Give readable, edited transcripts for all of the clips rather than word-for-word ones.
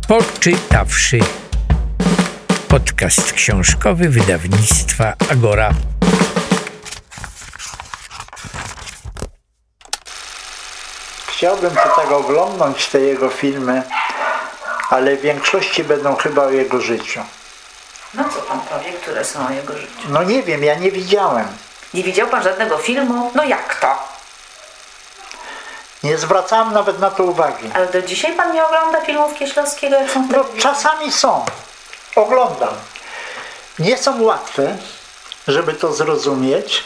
Poczytawszy. Podcast książkowy wydawnictwa Agora. Chciałbym tak oglądnąć te jego filmy, ale w większości będą chyba o jego życiu. No co pan powie, które są o jego życiu? No nie wiem, ja nie widziałem. Nie widział pan żadnego filmu? No jak to? Nie zwracałem nawet na to uwagi. Ale do dzisiaj pan nie ogląda filmów Kieślowskiego, jak są w No telewizji? czasami są. Oglądam. Nie są łatwe, żeby to zrozumieć,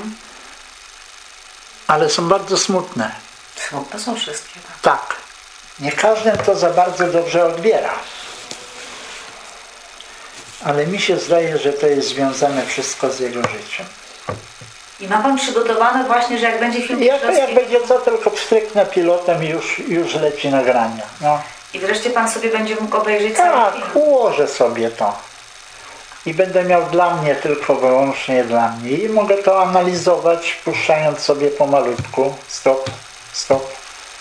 ale są bardzo smutne. Smutne są wszystkie. Tak. Tak. Nie każdy to za bardzo dobrze odbiera. Ale mi się zdaje, że to jest związane wszystko z jego życiem. I ma pan przygotowane właśnie, że jak będzie film Jak Kieślowskiego... będzie co, tylko pstryknę pilotem i już leci nagrania. No. I wreszcie pan sobie będzie mógł obejrzeć cały film. Tak, ułożę sobie to. I będę miał dla mnie, tylko wyłącznie dla mnie. I mogę to analizować, puszczając sobie pomalutku. Stop, stop.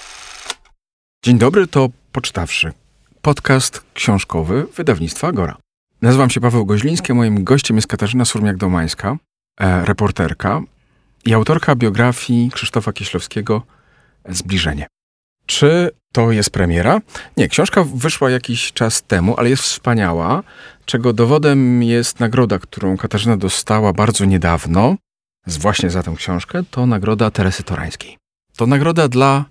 Dzień dobry, to Poczytawszy. Podcast książkowy wydawnictwa Agora. Nazywam się Paweł Goźliński, moim gościem jest Katarzyna Surmiak-Domańska, reporterka i autorka biografii Krzysztofa Kieślowskiego Zbliżenie. Czy to jest premiera? Nie, książka wyszła jakiś czas temu, ale jest wspaniała, czego dowodem jest nagroda, którą Katarzyna dostała bardzo niedawno, właśnie za tę książkę, to nagroda Teresy Torańskiej. To nagroda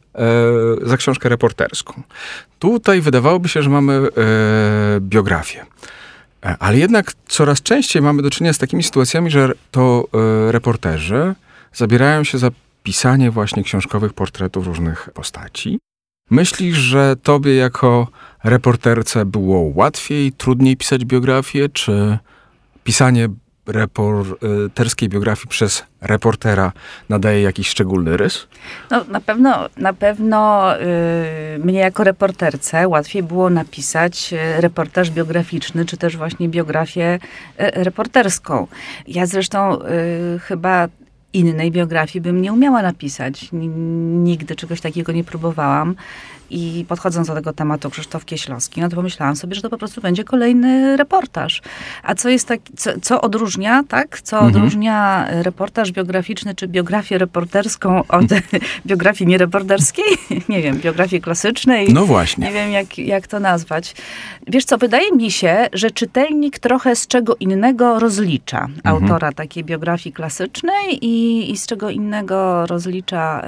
za książkę reporterską. Tutaj wydawałoby się, że mamy biografię. Ale jednak coraz częściej mamy do czynienia z takimi sytuacjami, że to reporterzy zabierają się za pisanie właśnie książkowych portretów różnych postaci. Myślisz, że tobie jako reporterce było łatwiej, trudniej pisać biografię, czy pisanie reporterskiej biografii przez reportera nadaje jakiś szczególny rys? No, na pewno mnie jako reporterce łatwiej było napisać reportaż biograficzny, czy też właśnie biografię reporterską. Ja zresztą chyba innej biografii bym nie umiała napisać. Nigdy czegoś takiego nie próbowałam. I podchodząc do tego tematu Krzysztof Kieślowski, no to pomyślałam sobie, że to po prostu będzie kolejny reportaż. A co jest co odróżnia, tak? Co odróżnia reportaż biograficzny, czy biografię reporterską od biografii niereporterskiej? Nie wiem, biografii klasycznej? No właśnie. Nie wiem, jak to nazwać. Wiesz co, wydaje mi się, że czytelnik trochę z czego innego rozlicza autora takiej biografii klasycznej i z czego innego rozlicza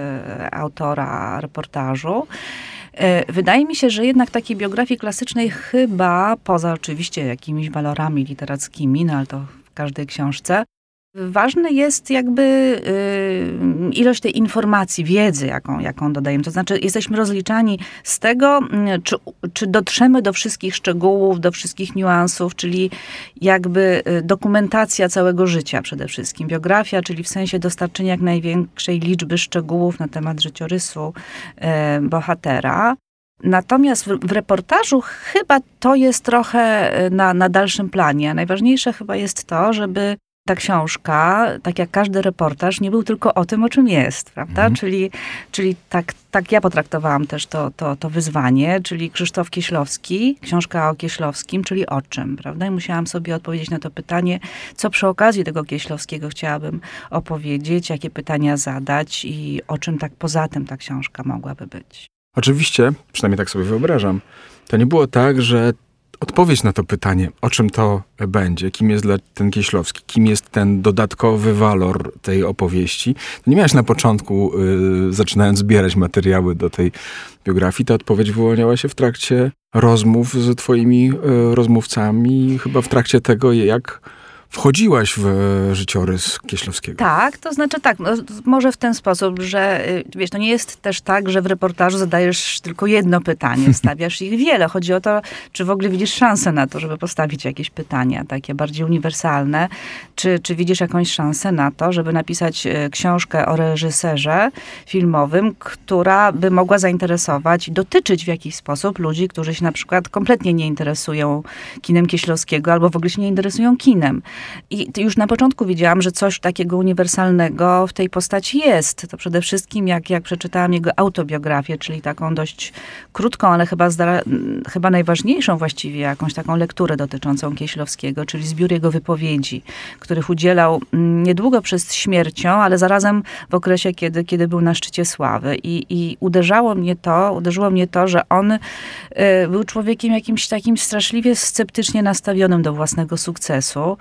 autora reportażu. Wydaje mi się, że jednak takiej biografii klasycznej chyba, poza oczywiście jakimiś walorami literackimi, no ale to w każdej książce, ważne jest jakby ilość tej informacji, wiedzy, jaką dodajemy. To znaczy jesteśmy rozliczani z tego, czy dotrzemy do wszystkich szczegółów, do wszystkich niuansów, czyli jakby dokumentacja całego życia przede wszystkim. Biografia, czyli w sensie dostarczenia jak największej liczby szczegółów na temat życiorysu bohatera. Natomiast w reportażu chyba to jest trochę na dalszym planie. Najważniejsze chyba jest to, żeby ta książka, tak jak każdy reportaż, nie był tylko o tym, o czym jest, prawda? Czyli tak ja potraktowałam też to wyzwanie, czyli Krzysztof Kieślowski, książka o Kieślowskim, czyli o czym, prawda? I musiałam sobie odpowiedzieć na to pytanie, co przy okazji tego Kieślowskiego chciałabym opowiedzieć, jakie pytania zadać i o czym tak poza tym ta książka mogłaby być. Oczywiście, przynajmniej tak sobie wyobrażam, to nie było tak, że odpowiedź na to pytanie, o czym to będzie, kim jest ten Kieślowski, kim jest ten dodatkowy walor tej opowieści. Nie miałaś na początku, zaczynając zbierać materiały do tej biografii, ta odpowiedź wyłaniała się w trakcie rozmów z twoimi rozmówcami, chyba w trakcie tego, jak wchodziłaś w życiorys Kieślowskiego. Tak, to znaczy tak, no, może w ten sposób, że wiesz, to nie jest też tak, że w reportażu zadajesz tylko jedno pytanie, stawiasz ich wiele. Chodzi o to, czy w ogóle widzisz szansę na to, żeby postawić jakieś pytania takie bardziej uniwersalne, czy widzisz jakąś szansę na to, żeby napisać książkę o reżyserze filmowym, która by mogła zainteresować i dotyczyć w jakiś sposób ludzi, którzy się na przykład kompletnie nie interesują kinem Kieślowskiego albo w ogóle się nie interesują kinem. I już na początku widziałam, że coś takiego uniwersalnego w tej postaci jest. To przede wszystkim jak przeczytałam jego autobiografię, czyli taką dość krótką, ale chyba najważniejszą właściwie jakąś taką lekturę dotyczącą Kieślowskiego, czyli zbiór jego wypowiedzi, których udzielał niedługo przed śmiercią, ale zarazem w okresie, kiedy był na szczycie sławy. I uderzyło mnie to, że on był człowiekiem jakimś takim straszliwie sceptycznie nastawionym do własnego sukcesu,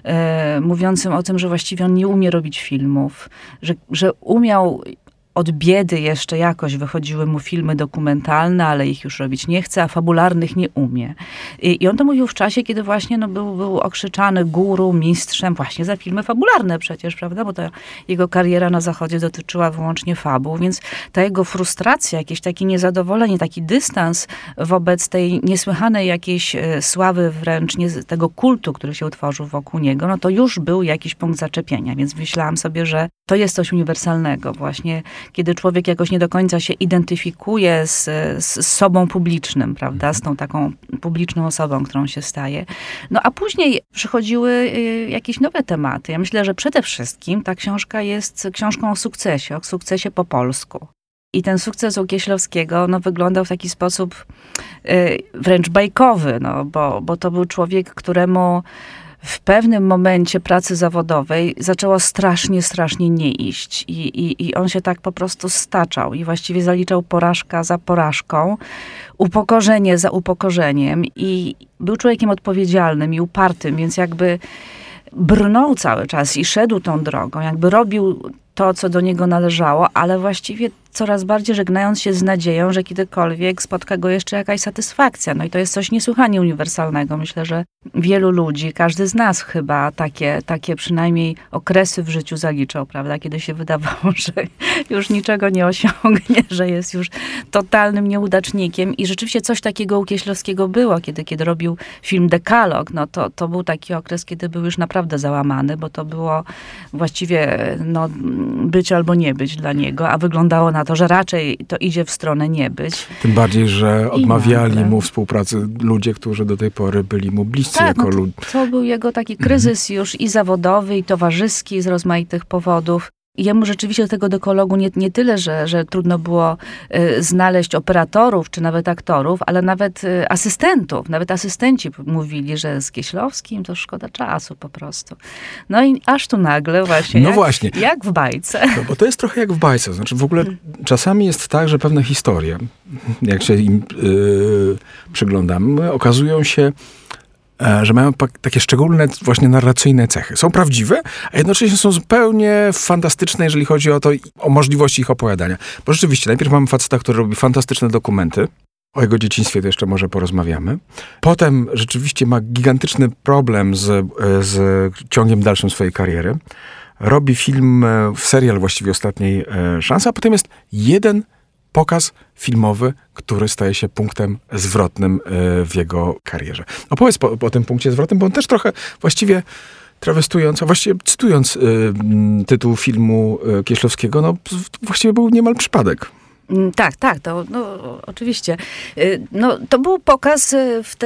mówiącym o tym, że właściwie on nie umie robić filmów, że umiał od biedy jeszcze jakoś wychodziły mu filmy dokumentalne, ale ich już robić nie chce, a fabularnych nie umie. I on to mówił w czasie, kiedy właśnie był okrzyczany guru, mistrzem właśnie za filmy fabularne przecież, prawda? Bo ta jego kariera na Zachodzie dotyczyła wyłącznie fabuł, więc ta jego frustracja, jakieś takie niezadowolenie, taki dystans wobec tej niesłychanej jakiejś sławy, wręcz tego kultu, który się utworzył wokół niego, no to już był jakiś punkt zaczepienia, więc myślałam sobie, że to jest coś uniwersalnego właśnie, kiedy człowiek jakoś nie do końca się identyfikuje z sobą publicznym, prawda, z tą taką publiczną osobą, którą się staje. No a później przychodziły jakieś nowe tematy. Ja myślę, że przede wszystkim ta książka jest książką o sukcesie po polsku. I ten sukces u Kieślowskiego wyglądał w taki sposób wręcz bajkowy, bo to był człowiek, któremu w pewnym momencie pracy zawodowej zaczęło strasznie nie iść. I on się tak po prostu staczał i właściwie zaliczał porażka za porażką, upokorzenie za upokorzeniem i był człowiekiem odpowiedzialnym i upartym, więc jakby brnął cały czas i szedł tą drogą, jakby robił to, co do niego należało, ale właściwie coraz bardziej żegnając się z nadzieją, że kiedykolwiek spotka go jeszcze jakaś satysfakcja. No i to jest coś niesłychanie uniwersalnego. Myślę, że wielu ludzi, każdy z nas chyba takie przynajmniej okresy w życiu zaliczał, prawda? Kiedy się wydawało, że już niczego nie osiągnie, że jest już totalnym nieudacznikiem. I rzeczywiście coś takiego u Kieślowskiego było, kiedy robił film Dekalog. No to był taki okres, kiedy był już naprawdę załamany, bo to było właściwie być albo nie być dla niego, a wyglądało na to, że raczej to idzie w stronę nie być. Tym bardziej, że odmawiali mu współpracy ludzie, którzy do tej pory byli mu bliscy jako ludzie. To był jego taki kryzys już i zawodowy, i towarzyski z rozmaitych powodów. Jemu rzeczywiście do tego dekalogu nie tyle, że trudno było znaleźć operatorów, czy nawet aktorów, ale nawet asystentów. Nawet asystenci mówili, że z Kieślowskim to szkoda czasu po prostu. No i aż tu nagle właśnie, jak w bajce. No bo to jest trochę jak w bajce. Znaczy w ogóle czasami jest tak, że pewne historie, jak się im przyglądamy, okazują się, że mają takie szczególne właśnie narracyjne cechy. Są prawdziwe, a jednocześnie są zupełnie fantastyczne, jeżeli chodzi o możliwości ich opowiadania. Bo rzeczywiście, najpierw mamy faceta, który robi fantastyczne dokumenty. O jego dzieciństwie to jeszcze może porozmawiamy. Potem rzeczywiście ma gigantyczny problem z ciągiem dalszym swojej kariery. Robi film, serial właściwie Ostatniej Szansy, a potem jest jeden pokaz filmowy, który staje się punktem zwrotnym w jego karierze. Opowiedz po tym punkcie zwrotnym, bo on też trochę właściwie trawestując, a właściwie cytując tytuł filmu Kieślowskiego, właściwie był niemal przypadek. Tak, to oczywiście. To był pokaz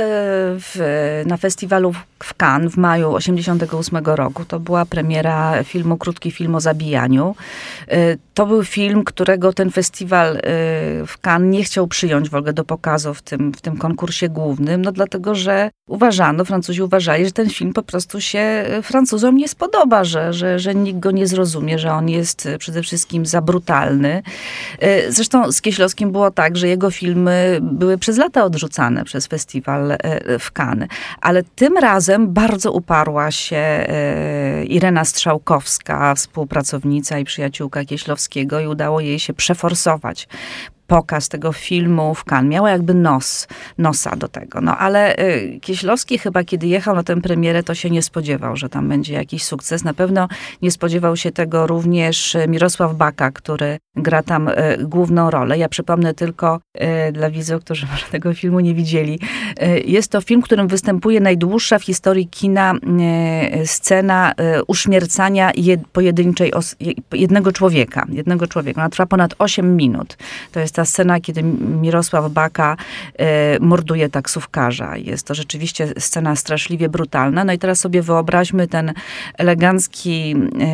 na festiwalu w Cannes w maju 1988 roku. To była premiera krótki film o zabijaniu. To był film, którego ten festiwal w Cannes nie chciał przyjąć w ogóle do pokazu w tym konkursie głównym, dlatego, że Francuzi uważali, że ten film po prostu się Francuzom nie spodoba, że nikt go nie zrozumie, że on jest przede wszystkim za brutalny. Zresztą z Kieślowskim było tak, że jego filmy były przez lata odrzucane przez festiwal w Cannes. Ale tym razem bardzo uparła się Irena Strzałkowska, współpracownica i przyjaciółka Kieślowskiego, i udało jej się przeforsować pokaz tego filmu w Cannes. Miała jakby nosa do tego. Ale Kieślowski chyba, kiedy jechał na tę premierę, to się nie spodziewał, że tam będzie jakiś sukces. Na pewno nie spodziewał się tego również Mirosław Baka, który gra tam główną rolę. Ja przypomnę tylko dla widzów, którzy może tego filmu nie widzieli. Jest to film, w którym występuje najdłuższa w historii kina scena uśmiercania pojedynczej jednego człowieka. Ona trwa ponad 8 minut. To jest ta scena, kiedy Mirosław Baka morduje taksówkarza. Jest to rzeczywiście scena straszliwie brutalna. No i teraz sobie wyobraźmy ten elegancki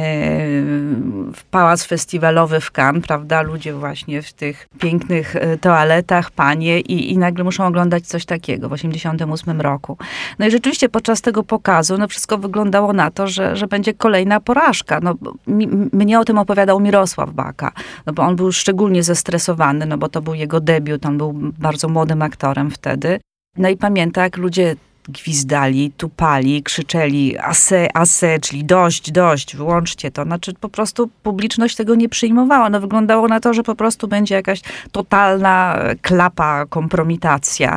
pałac festiwalowy w Cannes, prawda? Ludzie właśnie w tych pięknych toaletach, panie i nagle muszą oglądać coś takiego w 1988 roku. No i rzeczywiście podczas tego pokazu wszystko wyglądało na to, że będzie kolejna porażka. Mnie o tym opowiadał Mirosław Baka, bo on był szczególnie zestresowany, bo to był jego debiut, on był bardzo młodym aktorem wtedy. No i pamięta, jak ludzie gwizdali, tupali, krzyczeli ase, czyli dość, wyłączcie to. Znaczy po prostu publiczność tego nie przyjmowała. Wyglądało na to, że po prostu będzie jakaś totalna klapa, kompromitacja.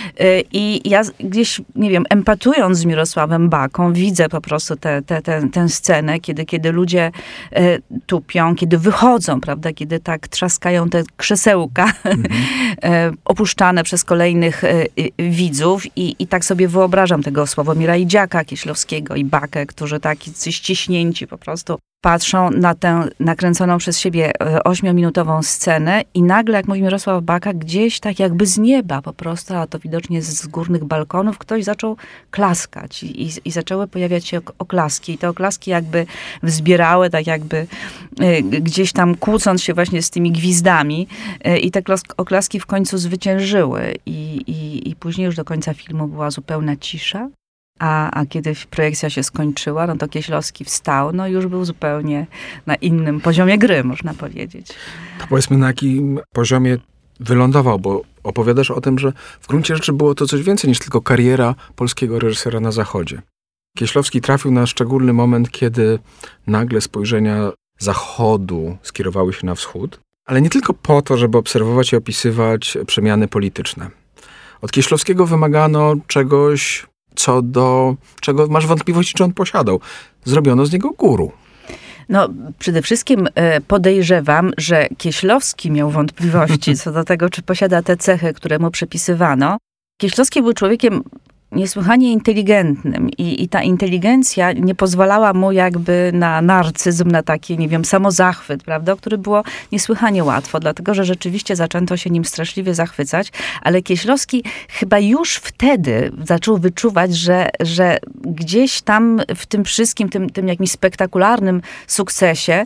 I ja gdzieś, nie wiem, empatując z Mirosławem Baką, widzę po prostu tę scenę, kiedy ludzie tupią, kiedy wychodzą, prawda, kiedy tak trzaskają te krzesełka opuszczane przez kolejnych widzów i tak sobie wyobrażam tego Sławomira Idziaka, Kieślowskiego i Bakę, którzy taki ściśnięci po prostu patrzą na tę nakręconą przez siebie 8-minutową scenę i nagle, jak mówi Mirosław Baka, gdzieś tak jakby z nieba po prostu, a to widocznie z górnych balkonów, ktoś zaczął klaskać i zaczęły pojawiać się oklaski. I te oklaski jakby wzbierały, tak jakby gdzieś tam kłócąc się właśnie z tymi gwizdami i te oklaski w końcu zwyciężyły. I później już do końca filmu była zupełna cisza. A kiedy projekcja się skończyła, to Kieślowski wstał, już był zupełnie na innym poziomie gry, można powiedzieć. To powiedzmy, na jakim poziomie wylądował, bo opowiadasz o tym, że w gruncie rzeczy było to coś więcej niż tylko kariera polskiego reżysera na Zachodzie. Kieślowski trafił na szczególny moment, kiedy nagle spojrzenia Zachodu skierowały się na wschód, ale nie tylko po to, żeby obserwować i opisywać przemiany polityczne. Od Kieślowskiego wymagano czegoś, co do czego masz wątpliwości, czy on posiadał. Zrobiono z niego guru. Przede wszystkim podejrzewam, że Kieślowski miał wątpliwości co do tego, czy posiada te cechy, które mu przypisywano. Kieślowski był człowiekiem niesłychanie inteligentnym i ta inteligencja nie pozwalała mu jakby na narcyzm, na taki, nie wiem, samozachwyt, prawda, który było niesłychanie łatwo, dlatego, że rzeczywiście zaczęto się nim straszliwie zachwycać, ale Kieślowski chyba już wtedy zaczął wyczuwać, że gdzieś tam w tym wszystkim, tym jakimś spektakularnym sukcesie,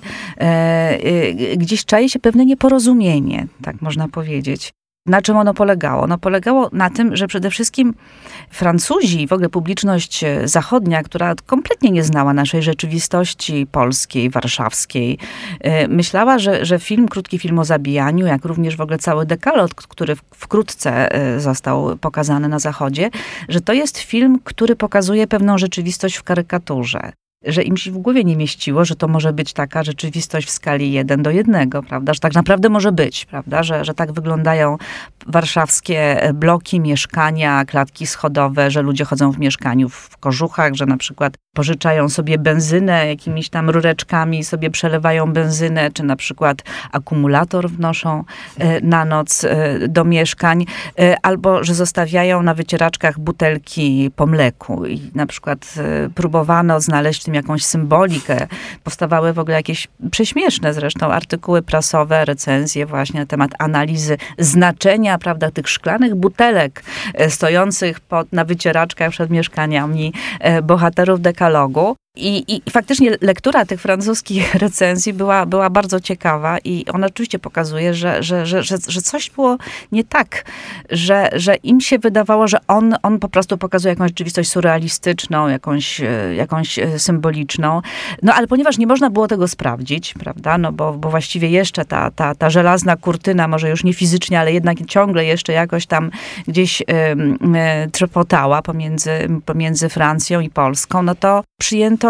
gdzieś czai się pewne nieporozumienie, tak można powiedzieć. Na czym ono polegało? Ono polegało na tym, że przede wszystkim Francuzi, w ogóle publiczność zachodnia, która kompletnie nie znała naszej rzeczywistości polskiej, warszawskiej, myślała, że krótki film o zabijaniu, jak również w ogóle cały dekalog, który wkrótce został pokazany na Zachodzie, że to jest film, który pokazuje pewną rzeczywistość w karykaturze. Że im się w głowie nie mieściło, że to może być taka rzeczywistość w skali 1:1, prawda? Że tak naprawdę może być, prawda? Że tak wyglądają warszawskie bloki, mieszkania, klatki schodowe, że ludzie chodzą w mieszkaniu w kożuchach, że na przykład pożyczają sobie benzynę jakimiś tam rureczkami, sobie przelewają benzynę, czy na przykład akumulator wnoszą na noc do mieszkań, albo że zostawiają na wycieraczkach butelki po mleku i na przykład próbowano znaleźć w tym jakąś symbolikę. Powstawały w ogóle jakieś prześmieszne zresztą artykuły prasowe, recenzje właśnie na temat analizy znaczenia, prawda, tych szklanych butelek stojących na wycieraczkach przed mieszkaniami bohaterów dekalogu. I faktycznie lektura tych francuskich recenzji była bardzo ciekawa i ona oczywiście pokazuje, że coś było nie tak, że im się wydawało, że on po prostu pokazuje jakąś rzeczywistość surrealistyczną, jakąś symboliczną. Ale ponieważ nie można było tego sprawdzić, prawda, bo właściwie jeszcze ta żelazna kurtyna, może już nie fizycznie, ale jednak ciągle jeszcze jakoś tam gdzieś trzepotała pomiędzy Francją i Polską, to przyjęto,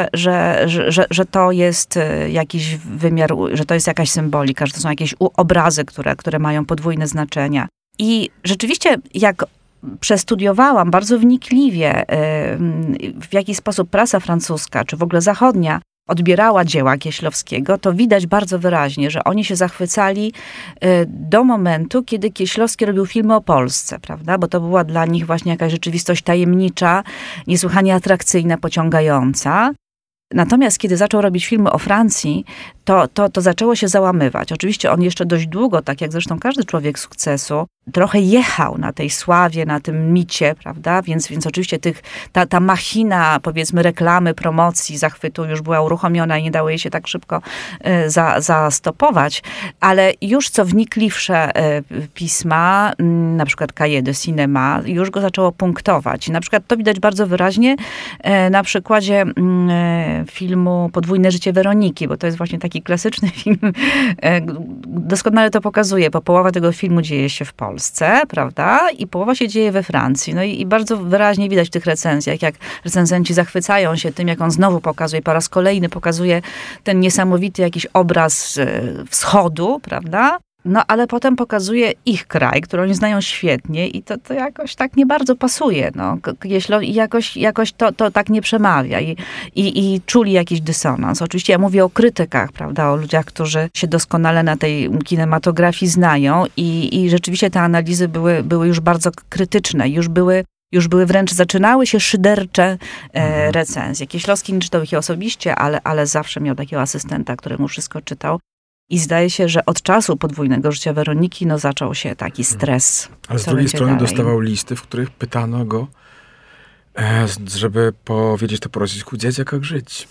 że to jest jakiś wymiar, że to jest jakaś symbolika, że to są jakieś obrazy, które mają podwójne znaczenia. I rzeczywiście, jak przestudiowałam bardzo wnikliwie, w jaki sposób prasa francuska, czy w ogóle zachodnia odbierała dzieła Kieślowskiego, to widać bardzo wyraźnie, że oni się zachwycali do momentu, kiedy Kieślowski robił filmy o Polsce, prawda? Bo to była dla nich właśnie jakaś rzeczywistość tajemnicza, niesłychanie atrakcyjna, pociągająca. Natomiast kiedy zaczął robić filmy o Francji, to zaczęło się załamywać. Oczywiście on jeszcze dość długo, tak jak zresztą każdy człowiek sukcesu, trochę jechał na tej sławie, na tym micie, prawda? Więc oczywiście ta machina, powiedzmy, reklamy, promocji, zachwytu już była uruchomiona i nie dało jej się tak szybko zastopować. Ale już co wnikliwsze pisma, na przykład Cahiers de Cinema, już go zaczęło punktować. Na przykład to widać bardzo wyraźnie na przykładzie filmu Podwójne życie Weroniki, bo to jest właśnie taki klasyczny film. Doskonale to pokazuje, bo połowa tego filmu dzieje się w Polsce, prawda? I połowa się dzieje we Francji. No i bardzo wyraźnie widać w tych recenzjach, jak recenzenci zachwycają się tym, jak on znowu pokazuje, po raz kolejny pokazuje ten niesamowity jakiś obraz wschodu, prawda? No, ale potem pokazuje ich kraj, który oni znają świetnie i to jakoś tak nie bardzo pasuje. No. Jakoś to tak nie przemawia i czuli jakiś dysonans. Oczywiście ja mówię o krytykach, prawda, o ludziach, którzy się doskonale na tej kinematografii znają i rzeczywiście te analizy były już bardzo krytyczne, już były wręcz, zaczynały się szydercze recenzje. Kieślowski nie czytał ich osobiście, ale zawsze miał takiego asystenta, który mu wszystko czytał. I zdaje się, że od czasu Podwójnego życia Weroniki zaczął się taki stres. Ale z drugiej strony dostawał listy, w których pytano go, żeby powiedzieć to po rosyjsku, dzieciak jak żyć.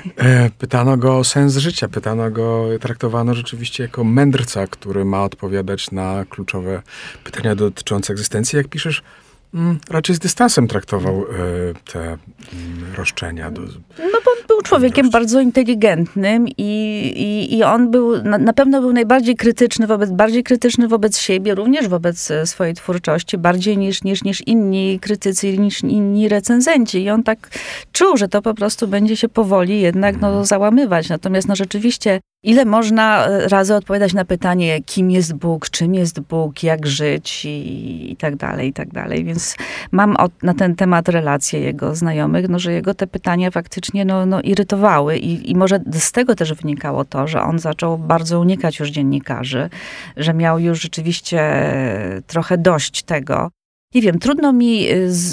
Pytano go o sens życia, traktowano rzeczywiście jako mędrca, który ma odpowiadać na kluczowe pytania dotyczące egzystencji. Jak piszesz, raczej z dystansem traktował te roszczenia. No bo on był człowiekiem bardzo inteligentnym i on był, na pewno był bardziej krytyczny wobec siebie, również wobec swojej twórczości, bardziej niż inni krytycy, niż inni recenzenci. I on tak czuł, że to po prostu będzie się powoli jednak załamywać. Natomiast rzeczywiście, ile można razy odpowiadać na pytanie, kim jest Bóg, czym jest Bóg, jak żyć i tak dalej, i tak dalej. Więc mam na ten temat relacje jego znajomych, że jego te pytania faktycznie irytowały i może z tego też wynikało to, że on zaczął bardzo unikać już dziennikarzy, że miał już rzeczywiście trochę dość tego. Nie wiem, trudno mi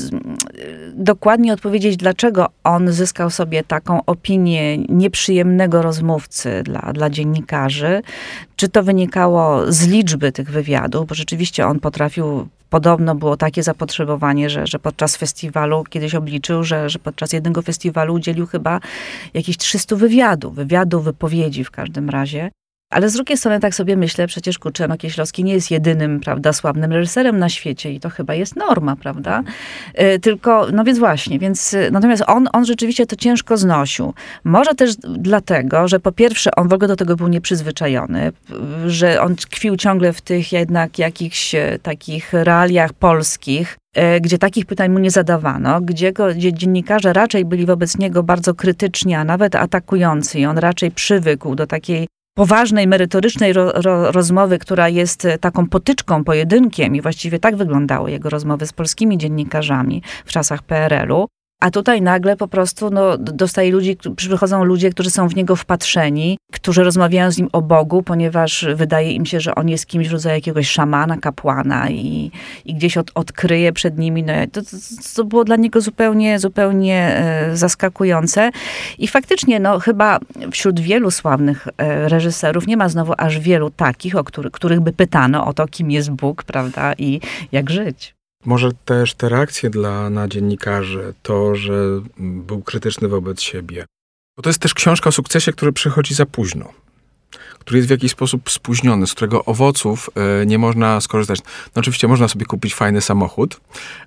dokładnie odpowiedzieć, dlaczego on zyskał sobie taką opinię nieprzyjemnego rozmówcy dla dziennikarzy. Czy to wynikało z liczby tych wywiadów, bo rzeczywiście on potrafił, podobno było takie zapotrzebowanie, że podczas festiwalu, kiedyś obliczył, że podczas jednego festiwalu udzielił chyba jakichś 300 wywiadów, wypowiedzi w każdym razie. Ale z drugiej strony tak sobie myślę, przecież Kieślowski nie jest jedynym, prawda, sławnym reżyserem na świecie i to chyba jest norma, prawda? Tylko, więc właśnie, natomiast on rzeczywiście to ciężko znosił. Może też dlatego, że po pierwsze on w ogóle do tego był nieprzyzwyczajony, że on tkwił ciągle w tych jednak jakichś takich realiach polskich, gdzie takich pytań mu nie zadawano, gdzie dziennikarze raczej byli wobec niego bardzo krytyczni, a nawet atakujący i on raczej przywykł do takiej poważnej, merytorycznej rozmowy, która jest taką potyczką, pojedynkiem i właściwie tak wyglądały jego rozmowy z polskimi dziennikarzami w czasach PRL-u. A tutaj nagle po prostu przychodzą ludzie, którzy są w niego wpatrzeni, którzy rozmawiają z nim o Bogu, ponieważ wydaje im się, że on jest kimś w rodzaju jakiegoś szamana, kapłana i gdzieś odkryje przed nimi. To było dla niego zupełnie zaskakujące. I faktycznie chyba wśród wielu sławnych reżyserów nie ma znowu aż wielu takich, o których by pytano o to, kim jest Bóg, prawda, i jak żyć. Może też te reakcje na dziennikarzy, to, że był krytyczny wobec siebie. Bo to jest też książka o sukcesie, który przychodzi za późno. Który jest w jakiś sposób spóźniony, z którego owoców nie można skorzystać. Oczywiście można sobie kupić fajny samochód,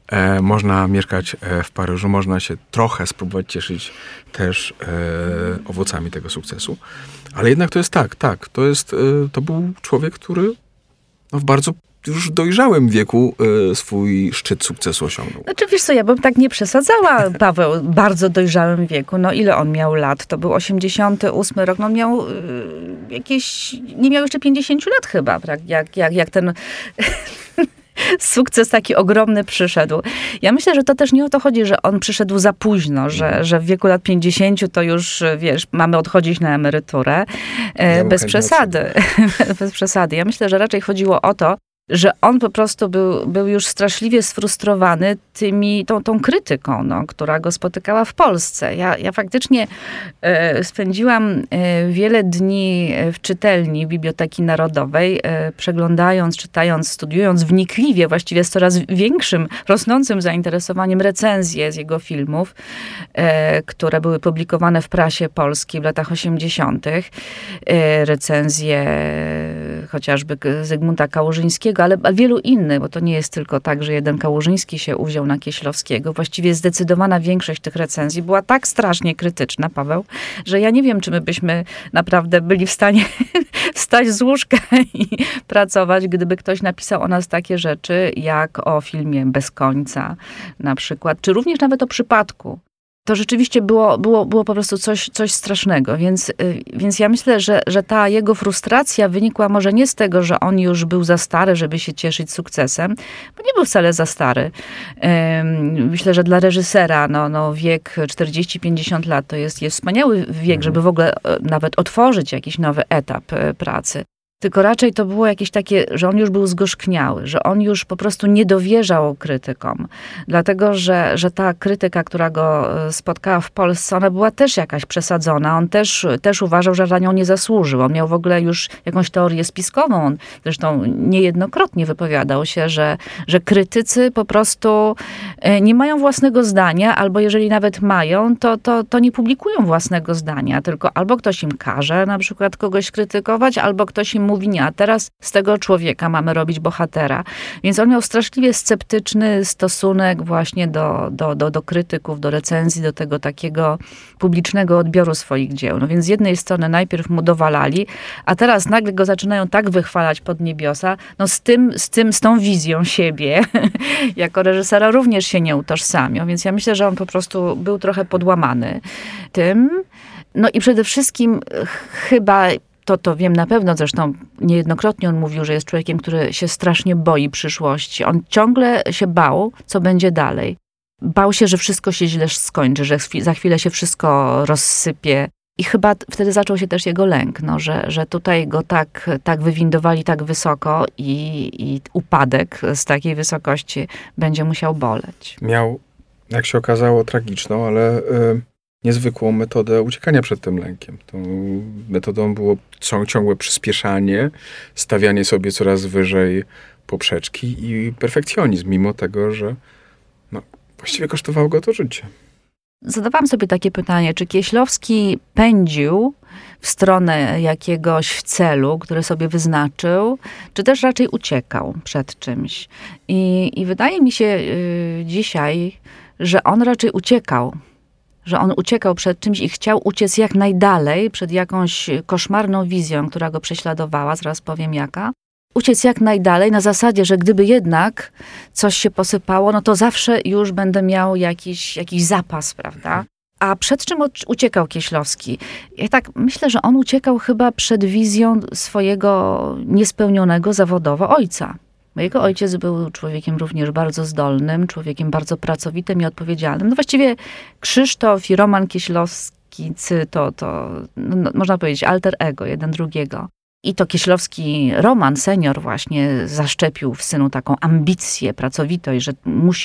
można mieszkać w Paryżu, można się trochę spróbować cieszyć też owocami tego sukcesu. Ale jednak to jest to był człowiek, który w bardzo już w dojrzałym wieku swój szczyt sukcesu osiągnął. Wiesz co, ja bym tak nie przesadzała, Paweł, w bardzo dojrzałym wieku. Ile on miał lat? To był 88 rok. On miał nie miał jeszcze 50 lat chyba, jak ten sukces taki ogromny przyszedł. Ja myślę, że to też nie o to chodzi, że on przyszedł za późno, że w wieku lat 50 to już, wiesz, mamy odchodzić na emeryturę. Bez przesady. Bez przesady. Ja myślę, że raczej chodziło o to, że on po prostu był już straszliwie sfrustrowany tą krytyką, która go spotykała w Polsce. Ja faktycznie spędziłam wiele dni w czytelni Biblioteki Narodowej, przeglądając, czytając, studiując wnikliwie, właściwie z coraz większym, rosnącym zainteresowaniem recenzje z jego filmów, które były publikowane w prasie polskiej w latach 80. Recenzje chociażby Zygmunta Kałużyńskiego, ale wielu innych, bo to nie jest tylko tak, że jeden Kałużyński się uwziął na Kieślowskiego. Właściwie zdecydowana większość tych recenzji była tak strasznie krytyczna, Paweł, że ja nie wiem, czy my byśmy naprawdę byli w stanie wstać z łóżka i pracować, gdyby ktoś napisał o nas takie rzeczy, jak o filmie Bez końca na przykład, czy również nawet o Przypadku. To rzeczywiście było po prostu coś strasznego, więc ja myślę, że ta jego frustracja wynikła może nie z tego, że on już był za stary, żeby się cieszyć sukcesem, bo nie był wcale za stary. Myślę, że dla reżysera wiek 40-50 lat to jest wspaniały wiek, żeby w ogóle nawet otworzyć jakiś nowy etap pracy. Tylko raczej to było jakieś takie, że on już był zgorzkniały, że on już po prostu nie dowierzał krytykom. Dlatego, że ta krytyka, która go spotkała w Polsce, ona była też jakaś przesadzona. On też uważał, że za nią nie zasłużył. On miał w ogóle już jakąś teorię spiskową. On zresztą niejednokrotnie wypowiadał się, że krytycy po prostu nie mają własnego zdania, albo jeżeli nawet mają, to nie publikują własnego zdania, tylko albo ktoś im każe na przykład kogoś krytykować, albo ktoś im mówi, nie, a teraz z tego człowieka mamy robić bohatera. Więc on miał straszliwie sceptyczny stosunek właśnie do krytyków, do recenzji, do tego takiego publicznego odbioru swoich dzieł. Więc z jednej strony najpierw mu dowalali, a teraz nagle go zaczynają tak wychwalać pod niebiosa, z tą wizją siebie, jako reżysera również się nie utożsamią. Więc ja myślę, że on po prostu był trochę podłamany tym. I przede wszystkim chyba to wiem na pewno, zresztą niejednokrotnie on mówił, że jest człowiekiem, który się strasznie boi przyszłości. On ciągle się bał, co będzie dalej. Bał się, że wszystko się źle skończy, że za chwilę się wszystko rozsypie. I chyba wtedy zaczął się też jego lęk, że tutaj go tak wywindowali tak wysoko i upadek z takiej wysokości będzie musiał boleć. Miał, jak się okazało, tragiczną, ale niezwykłą metodę uciekania przed tym lękiem. Tą metodą było ciągłe przyspieszanie, stawianie sobie coraz wyżej poprzeczki i perfekcjonizm, mimo tego, że właściwie kosztowało go to życie. Zadawałam sobie takie pytanie, czy Kieślowski pędził w stronę jakiegoś celu, który sobie wyznaczył, czy też raczej uciekał przed czymś. I wydaje mi się dzisiaj, że on raczej uciekał. Że on uciekał przed czymś i chciał uciec jak najdalej przed jakąś koszmarną wizją, która go prześladowała, zaraz powiem jaka. Uciec jak najdalej na zasadzie, że gdyby jednak coś się posypało, to zawsze już będę miał jakiś zapas, prawda? A przed czym uciekał Kieślowski? Ja tak myślę, że on uciekał chyba przed wizją swojego niespełnionego zawodowo ojca. Bo jego ojciec był człowiekiem również bardzo zdolnym, człowiekiem bardzo pracowitym i odpowiedzialnym. Właściwie Krzysztof i Roman Kieślowskicy to można powiedzieć alter ego jeden drugiego. I to Kieślowski Roman senior właśnie zaszczepił w synu taką ambicję, pracowitość, że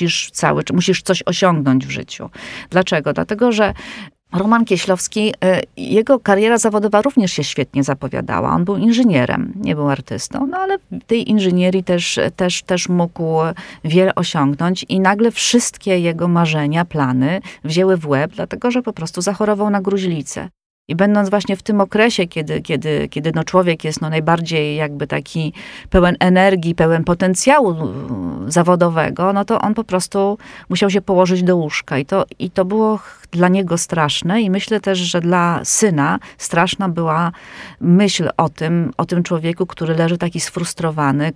musisz coś osiągnąć w życiu. Dlaczego? Dlatego, że Roman Kieślowski, jego kariera zawodowa również się świetnie zapowiadała. On był inżynierem, nie był artystą, ale w tej inżynierii też mógł wiele osiągnąć i nagle wszystkie jego marzenia, plany wzięły w łeb, dlatego że po prostu zachorował na gruźlicę. I będąc właśnie w tym okresie, kiedy człowiek jest najbardziej jakby taki pełen energii, pełen potencjału zawodowego, to on po prostu musiał się położyć do łóżka. I to było dla niego straszne i myślę też, że dla syna straszna była myśl o tym człowieku, który leży taki sfrustrowany,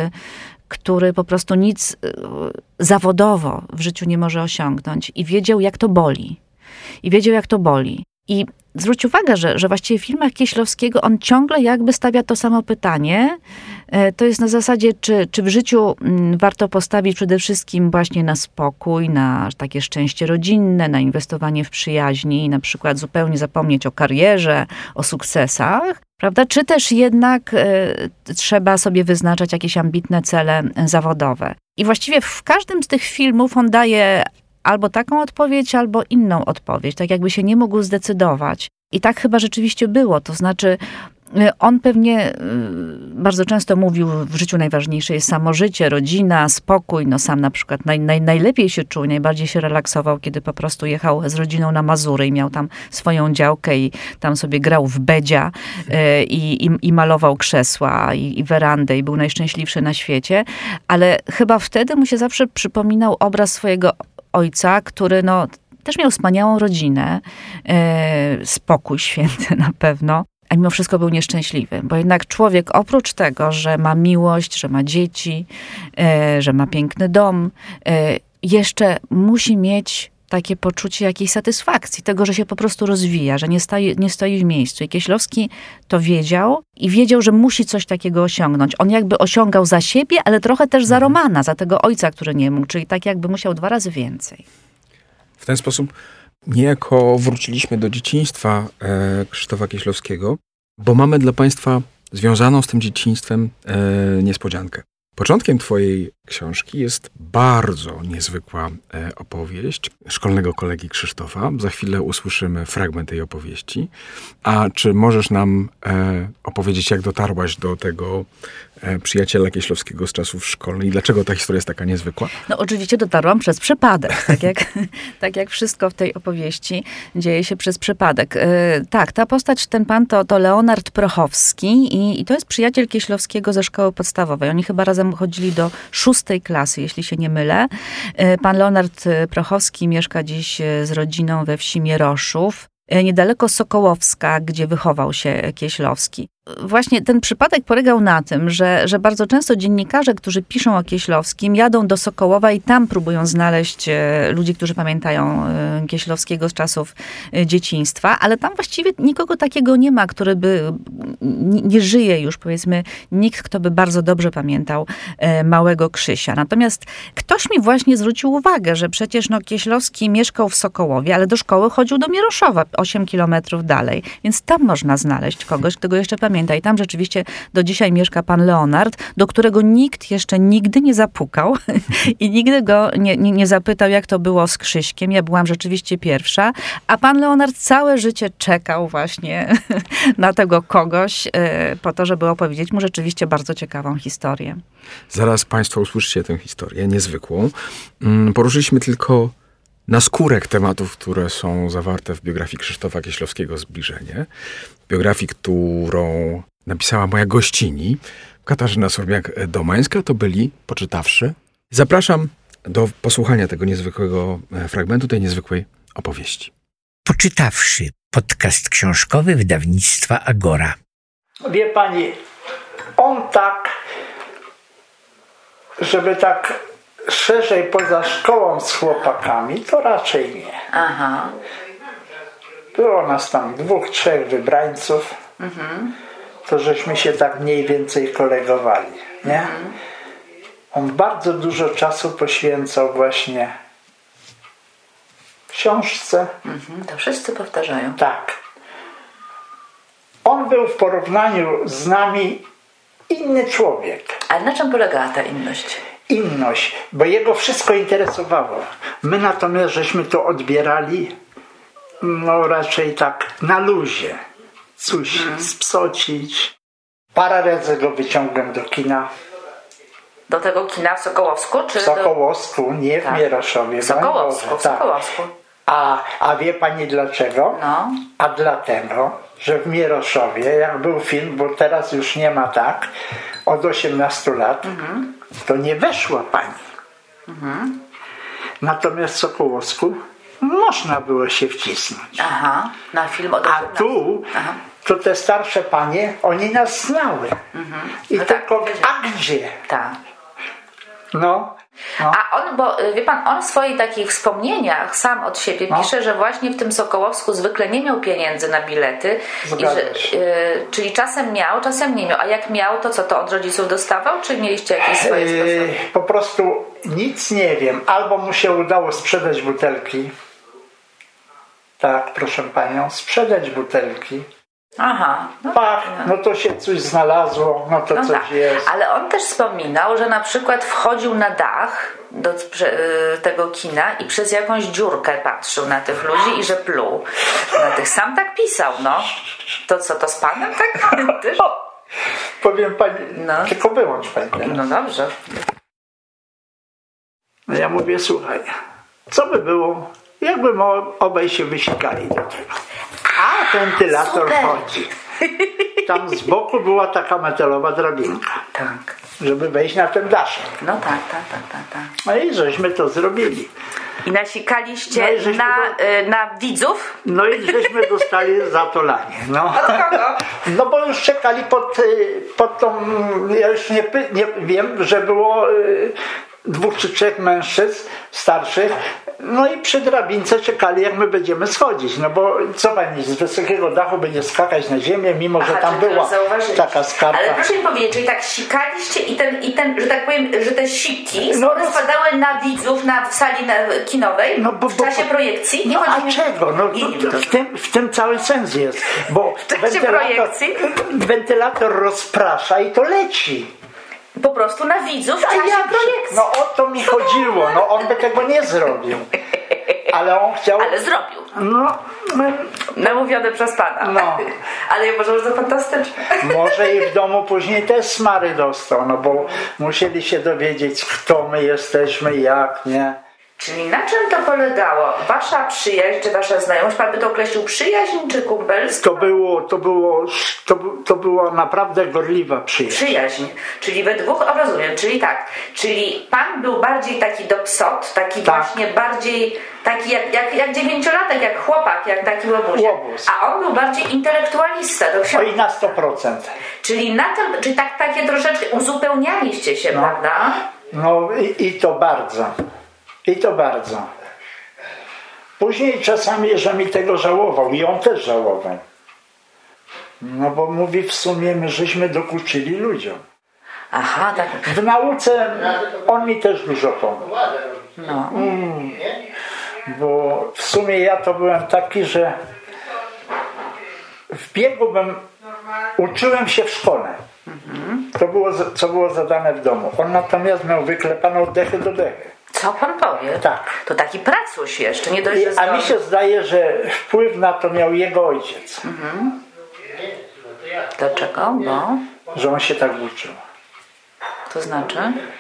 który po prostu nic zawodowo w życiu nie może osiągnąć i wiedział, jak to boli. I zwróć uwagę, że właściwie w filmach Kieślowskiego on ciągle jakby stawia to samo pytanie. To jest na zasadzie, czy w życiu warto postawić przede wszystkim właśnie na spokój, na takie szczęście rodzinne, na inwestowanie w przyjaźni i na przykład zupełnie zapomnieć o karierze, o sukcesach, prawda? Czy też jednak trzeba sobie wyznaczać jakieś ambitne cele zawodowe. I właściwie w każdym z tych filmów on daje albo taką odpowiedź, albo inną odpowiedź, tak jakby się nie mógł zdecydować. I tak chyba rzeczywiście było, to znaczy on pewnie bardzo często mówił, w życiu najważniejsze jest samo życie, rodzina, spokój. No sam na przykład najlepiej się czuł, najbardziej się relaksował, kiedy po prostu jechał z rodziną na Mazury i miał tam swoją działkę i tam sobie grał w bedzia i malował krzesła i werandę i był najszczęśliwszy na świecie. Ale chyba wtedy mu się zawsze przypominał obraz swojego ojca, który też miał wspaniałą rodzinę, spokój święty na pewno, a mimo wszystko był nieszczęśliwy, bo jednak człowiek oprócz tego, że ma miłość, że ma dzieci, że ma piękny dom, jeszcze musi mieć takie poczucie jakiejś satysfakcji, tego, że się po prostu rozwija, że nie stoi w miejscu. I Kieślowski to wiedział i wiedział, że musi coś takiego osiągnąć. On jakby osiągał za siebie, ale trochę też za Romana, za tego ojca, który nie mógł, czyli tak jakby musiał 2 razy więcej. W ten sposób niejako wróciliśmy do dzieciństwa Krzysztofa Kieślowskiego, bo mamy dla Państwa związaną z tym dzieciństwem niespodziankę. Początkiem twojej książki jest bardzo niezwykła opowieść szkolnego kolegi Krzysztofa. Za chwilę usłyszymy fragment tej opowieści. A czy możesz nam opowiedzieć, jak dotarłaś do tego przyjaciela Kieślowskiego z czasów szkolnych i dlaczego ta historia jest taka niezwykła? No oczywiście dotarłam przez przypadek, tak jak wszystko w tej opowieści dzieje się przez przypadek. Tak, ta postać, ten pan to Leonard Prochowski i to jest przyjaciel Kieślowskiego ze szkoły podstawowej. Oni chyba razem chodzili do 6. klasy, jeśli się nie mylę. Pan Leonard Prochowski mieszka dziś z rodziną we wsi Mieroszów, niedaleko Sokołowska, gdzie wychował się Kieślowski. Właśnie ten przypadek polegał na tym, że bardzo często dziennikarze, którzy piszą o Kieślowskim, jadą do Sokołowa i tam próbują znaleźć ludzi, którzy pamiętają Kieślowskiego z czasów dzieciństwa, ale tam właściwie nikogo takiego nie ma, który by nie żyje już, powiedzmy, nikt, kto by bardzo dobrze pamiętał małego Krzysia. Natomiast ktoś mi właśnie zwrócił uwagę, że przecież Kieślowski mieszkał w Sokołowie, ale do szkoły chodził do Mieroszowa, 8 kilometrów dalej, więc tam można znaleźć kogoś, kto go jeszcze pamięta. I tam rzeczywiście do dzisiaj mieszka pan Leonard, do którego nikt jeszcze nigdy nie zapukał i nigdy go nie zapytał, jak to było z Krzyśkiem. Ja byłam rzeczywiście pierwsza, a pan Leonard całe życie czekał właśnie na tego kogoś po to, żeby opowiedzieć mu rzeczywiście bardzo ciekawą historię. Zaraz Państwo usłyszycie tę historię niezwykłą. Poruszyliśmy tylko naskórek tematów, które są zawarte w biografii Krzysztofa Kieślowskiego Zbliżenie. Biografii, którą napisała moja gościni, Katarzyna Surmiak-Domańska. To byli poczytawszy. Zapraszam do posłuchania tego niezwykłego fragmentu, tej niezwykłej opowieści. Poczytawszy, podcast książkowy wydawnictwa Agora. Wie pani, on tak, żeby tak szerzej poza szkołą z chłopakami, to raczej nie. Aha. Było nas tam 2-3 wybrańców, to żeśmy się tak mniej więcej kolegowali, nie? On bardzo dużo czasu poświęcał właśnie książce. To wszyscy powtarzają. Tak. On był w porównaniu z nami inny człowiek. Ale na czym polegała ta inność? Inność, bo jego wszystko interesowało. My natomiast żeśmy to odbierali raczej tak na luzie. Coś spsocić. Parę razy go wyciągłem do kina. Do tego kina w Sokołowsku? Czy w Sokołowsku, nie w Mieroszowie. W Sokołowsku, tak. A wie pani dlaczego? No. A dlatego, że w Mieroszowie, jak był film, bo teraz już nie ma tak, od 18 lat, to nie weszła pani. Natomiast w Sokołowsku można było się wcisnąć. Aha, na film od 18. A tu, to te starsze panie, oni nas znały. I No tylko, tak, a gdzie? Tak. No, No. A on, bo wie pan, on w swoich takich wspomnieniach sam od siebie pisze, że właśnie w tym Sokołowsku zwykle nie miał pieniędzy na bilety. Zgadza się. Czyli czasem miał, czasem nie miał. A jak miał, to co, to od rodziców dostawał? Czy mieliście jakieś swoje sposoby? Po prostu nic nie wiem. Albo mu się udało sprzedać butelki. Tak, proszę panią, sprzedać butelki. Aha. No, No to się coś znalazło, no to coś tak. jest. Ale on też wspominał, że na przykład wchodził na dach do tego kina i przez jakąś dziurkę patrzył na tych ludzi i że pluł na tych. Sam tak pisał, no. To co, to z panem tak? Też? Powiem pani, No. tylko wyłącz pani teraz. No dobrze. No ja mówię, słuchaj, co by było, jakby obaj się wysikali do tego. A wentylator Super. chodzi. Tam z boku była taka metalowa drabinka, Tak. żeby wejść na ten daszek. No tak. No i żeśmy to zrobili. I nasikaliście No i żeśmy na widzów? No i żeśmy dostali za to lanie. No. No bo już czekali pod tą, ja już nie wiem, że było 2 czy 3 mężczyzn starszych, no i przy drabince czekali, jak my będziemy schodzić. No bo co pani, z wysokiego dachu będzie skakać na ziemię, mimo że tam była taka skarpa. Ale proszę mi powiedzieć, czyli tak sikaliście i ten, że tak powiem, że te siki spadały na widzów w sali kinowej w czasie projekcji? Nie No chodzi a mi... czego? No, w tym cały sens jest. Bo projekcji? wentylator rozprasza i to leci. Po prostu na widzów w czasie projekcji. No o to mi chodziło. No on by tego nie zrobił. Ale on chciał... Ale zrobił. No... Namówiony przez pana. No. Ale ja uważam, że to fantastyczne. Może i w domu później też smary dostał, no bo musieli się dowiedzieć, kto my jesteśmy, jak, nie? Czyli na czym to polegało? Wasza przyjaźń, czy wasza znajomość? Pan by to określił przyjaźń, czy kumpelstwo? To była naprawdę gorliwa przyjaźń. Przyjaźń. Czyli we dwóch, rozumiem, czyli tak. Czyli pan był bardziej taki dopsot, taki właśnie bardziej, taki jak 9-latek, jak chłopak, jak taki łobuzie. Łobuz. A on był bardziej intelektualista do książki. O i na 100%. Czyli na tym, czyli takie troszeczkę uzupełnialiście się, prawda? No i to bardzo. I to bardzo. Później czasami, że mi tego żałował i on też żałował. No bo mówi, w sumie my żeśmy dokuczyli ludziom. Aha, tak. W nauce on mi też dużo pomógł. No. Bo w sumie ja to byłem taki, że w biegu uczyłem się w szkole. To było, co było zadane w domu. On natomiast miał wyklepane od dechy do dechy. Co pan powie? Tak. To taki pracuś jeszcze, nie dość, że A mi się zdaje, że wpływ na to miał jego ojciec. Dlaczego? Bo? Że on się tak uczył. To znaczy?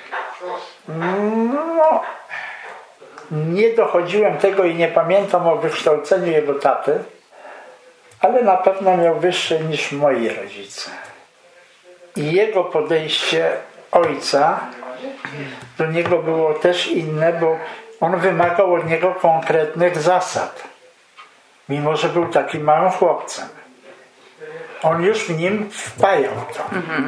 No, nie dochodziłem tego i nie pamiętam o wykształceniu jego taty, ale na pewno miał wyższe niż moi rodzice. I jego podejście ojca do niego było też inne, bo on wymagał od niego konkretnych zasad. Mimo że był takim małym chłopcem. On już w nim wpajał to.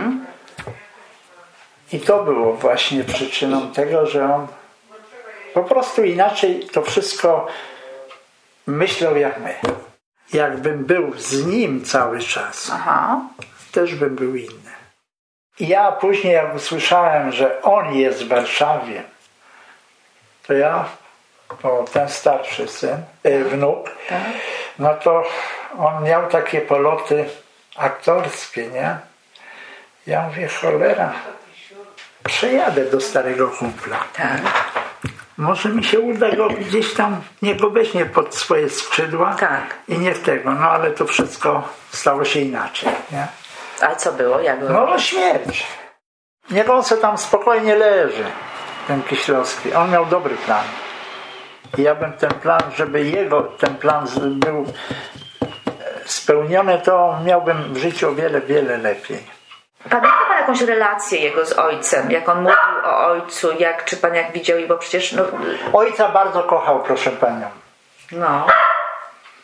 I to było właśnie przyczyną tego, że on po prostu inaczej to wszystko myślał jak my. Jakbym był z nim cały czas, też bym był inny. Ja później jak usłyszałem, że on jest w Warszawie, to ja, ten starszy syn, wnuk, no to on miał takie poloty aktorskie, nie? Ja mówię, cholera, przejadę do starego kumpla. Tak. Może mi się uda go gdzieś tam, niech go weźmie pod swoje skrzydła i niech tego, no ale to wszystko stało się inaczej, nie? A co było? Jak było? No śmierć. Niech on se tam spokojnie leży, ten Kieślowski. On miał dobry plan. I ja bym ten plan, żeby ten plan był spełniony, to miałbym w życiu o wiele, wiele lepiej. Pamięta pan jakąś relację jego z ojcem? Jak on mówił o ojcu? Czy pan jak widział? Bo przecież... Ojca bardzo kochał, proszę panią. No.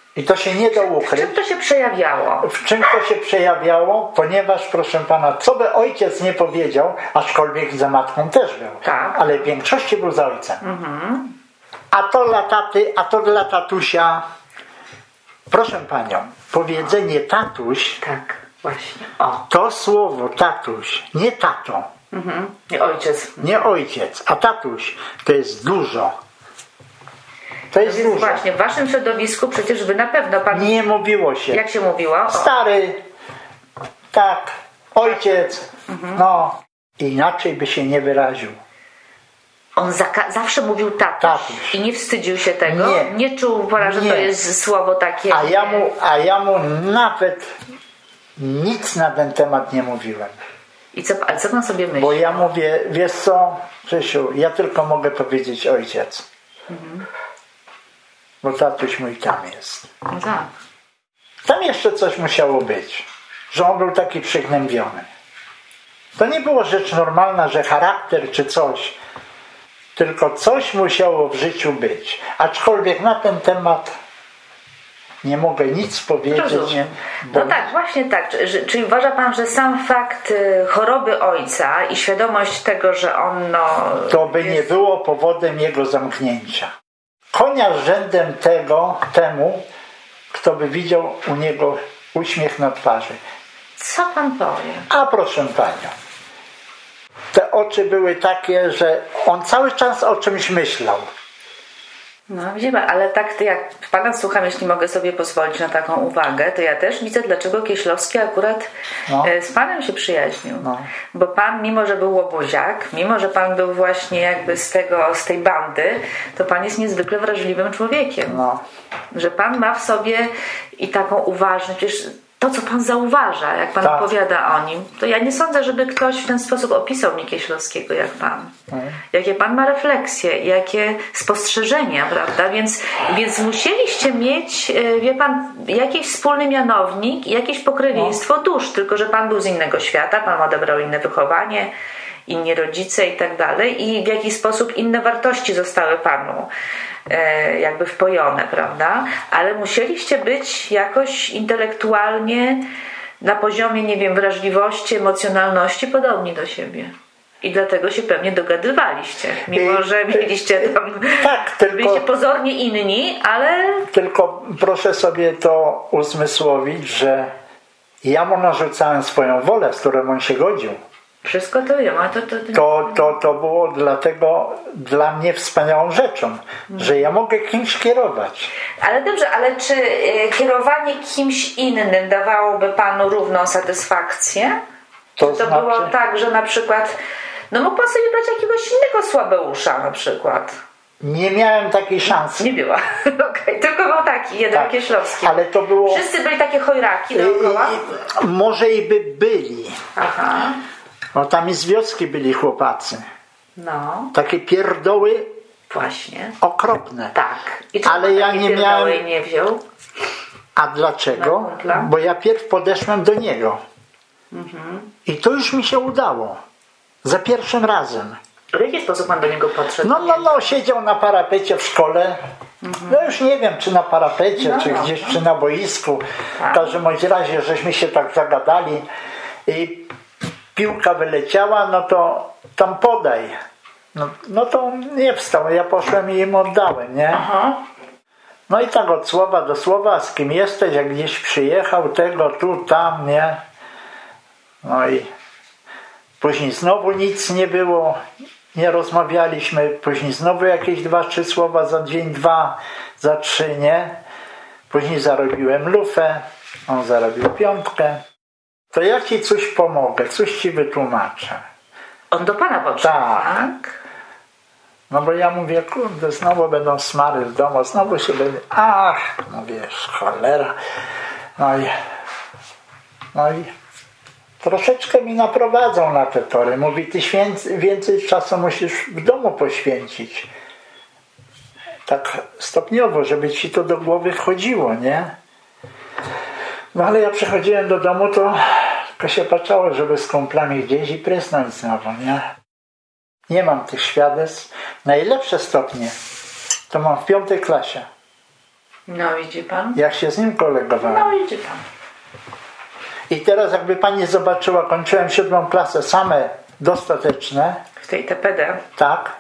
I to się nie da ukryć. W czym to się przejawiało? W czym to się przejawiało? Ponieważ, proszę pana, co by ojciec nie powiedział, aczkolwiek za matką też był, Tak. ale w większości był za ojcem. A to dla taty, a to dla tatusia. Proszę panią, powiedzenie tatuś, Tak, właśnie. O. to słowo tatuś, nie tato, Nie ojciec. nie ojciec, a tatuś to jest dużo. To jest Więc dużo. właśnie, w waszym środowisku przecież wy na pewno pan... Nie mówiło się. Jak się mówiło? O. Stary, tak, ojciec, no. Inaczej by się nie wyraził. On zawsze mówił tatuś. Tatuś. I nie wstydził się tego? Nie. Nie czuł, że Nie. to jest słowo takie... A ja mu nawet nic na ten temat nie mówiłem. Ale co pan sobie myśli? Bo ja mówię, wiesz co, Krzysiu, ja tylko mogę powiedzieć ojciec. Bo tatuś mój tam jest. No tak. Tam jeszcze coś musiało być, że on był taki przygnębiony. To nie było rzecz normalna, że charakter czy coś, tylko coś musiało w życiu być. Aczkolwiek na ten temat nie mogę nic powiedzieć. Rozumiem. Bo No tak, właśnie tak. Czyli uważa pan, że sam fakt choroby ojca i świadomość tego, że on to by nie było powodem jego zamknięcia. Konia rzędem temu, kto by widział u niego uśmiech na twarzy. Co pan powie? A proszę panią, te oczy były takie, że on cały czas o czymś myślał. No widzi pan, ale tak to jak pana słucham, jeśli mogę sobie pozwolić na taką uwagę, to ja też widzę, dlaczego Kieślowski akurat z panem się przyjaźnił. No. Bo pan, mimo że był łobuziak, mimo że pan był właśnie jakby z tej bandy, to pan jest niezwykle wrażliwym człowiekiem. No. Że pan ma w sobie i taką uważność, przecież to, co pan zauważa, jak pan opowiada o nim, to ja nie sądzę, żeby ktoś w ten sposób opisał mi Kieślowskiego jak pan. Jakie pan ma refleksje, jakie spostrzeżenia, prawda? Więc musieliście mieć, wie pan, jakiś wspólny mianownik, jakieś pokrewieństwo dusz, tylko że pan był z innego świata, pan odebrał inne wychowanie, inni rodzice i tak dalej, i w jakiś sposób inne wartości zostały panu jakby wpojone, prawda? Ale musieliście być jakoś intelektualnie na poziomie, nie wiem, wrażliwości, emocjonalności podobni do siebie. I dlatego się pewnie dogadywaliście, mimo że mieliście tam... Tak, tylko... Byliście pozornie inni, ale... Tylko proszę sobie to uzmysłowić, że ja mu narzucałem swoją wolę, z którą on się godził. Wszystko to wiem, ale to było dlatego dla mnie wspaniałą rzeczą, że ja mogę kimś kierować. Ale dobrze, ale czy kierowanie kimś innym dawałoby panu równą satysfakcję? To znaczy... było tak, że na przykład mógł pan sobie wybrać jakiegoś innego słabeusza na przykład? Nie miałem takiej szansy. Nie była. Okej, tylko był taki jeden Kieślowski. Ale to było... Wszyscy byli takie chojraki dookoła? Może i by byli. Aha. Bo tam i z wioski byli chłopacy. No. Takie pierdoły. Właśnie. Okropne. Tak. I czy ale ja nie miałem... nie wziął? A dlaczego? Bo ja pierw podeszłem do niego. I to już mi się udało. Za pierwszym razem. W jaki sposób pan do niego podszedł? Siedział na parapecie w szkole. No już nie wiem, czy na parapecie, czy gdzieś, czy na boisku. W każdym razie, żeśmy się tak zagadali i piłka wyleciała, no to tam podaj. No to on nie wstał, ja poszłem i im oddałem, nie? Aha. No i tak od słowa do słowa, z kim jesteś, jak gdzieś przyjechał, tego, tu, tam, nie? No i później znowu nic nie było, nie rozmawialiśmy, później znowu jakieś 2-3 słowa za dzień, 2, za 3, nie? Później zarobiłem lufę, on zarobił 5. To ja ci coś pomogę, coś ci wytłumaczę. On do pana podszedł, tak? No bo ja mówię, kurde, znowu będą smary w domu, znowu się będzie... no wiesz, cholera. No i troszeczkę mi naprowadzą na te tory. Mówi, ty więcej czasu musisz w domu poświęcić. Tak stopniowo, żeby ci to do głowy chodziło, nie? No ale ja przychodziłem do domu, to tylko się patrzało, żeby z kumplami gdzieś i prysnąć znowu, nie? Nie mam tych świadectw. Najlepsze stopnie to mam w 5. klasie. No widzi pan? Jak się z nim kolegowałem. No widzi pan. I teraz jakby pani zobaczyła, kończyłem 7. klasę, same dostateczne. W tej TPD. Tak.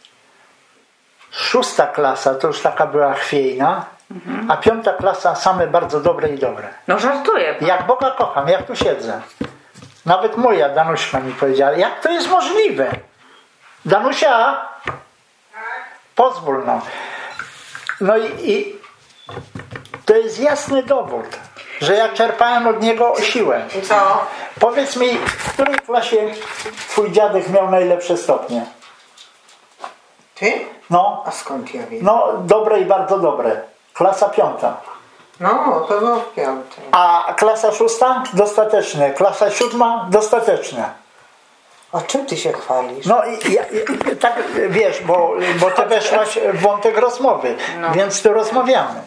6. klasa to już taka była chwiejna, a 5. klasa same bardzo dobre i dobre. No żartuję pan. Jak Boga kocham, jak tu siedzę. Nawet moja Danuśka mi powiedziała, jak to jest możliwe? Danusia? Pozwól no. No i to jest jasny dowód, że ja czerpałem od niego siłę. Co? Powiedz mi, w której klasie twój dziadek miał najlepsze stopnie? Ty? No, A skąd ja wiem? no dobre i bardzo dobre. Klasa 5. No, to było w 5. A klasa 6? Dostateczne. Klasa 7? Dostateczne. A czym ty się chwalisz? No i tak wiesz, bo ty weszłaś w wątek rozmowy, więc tu rozmawiamy.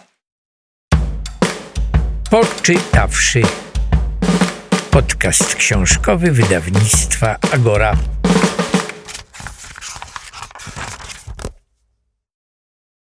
Poczytawszy. Podcast książkowy wydawnictwa Agora.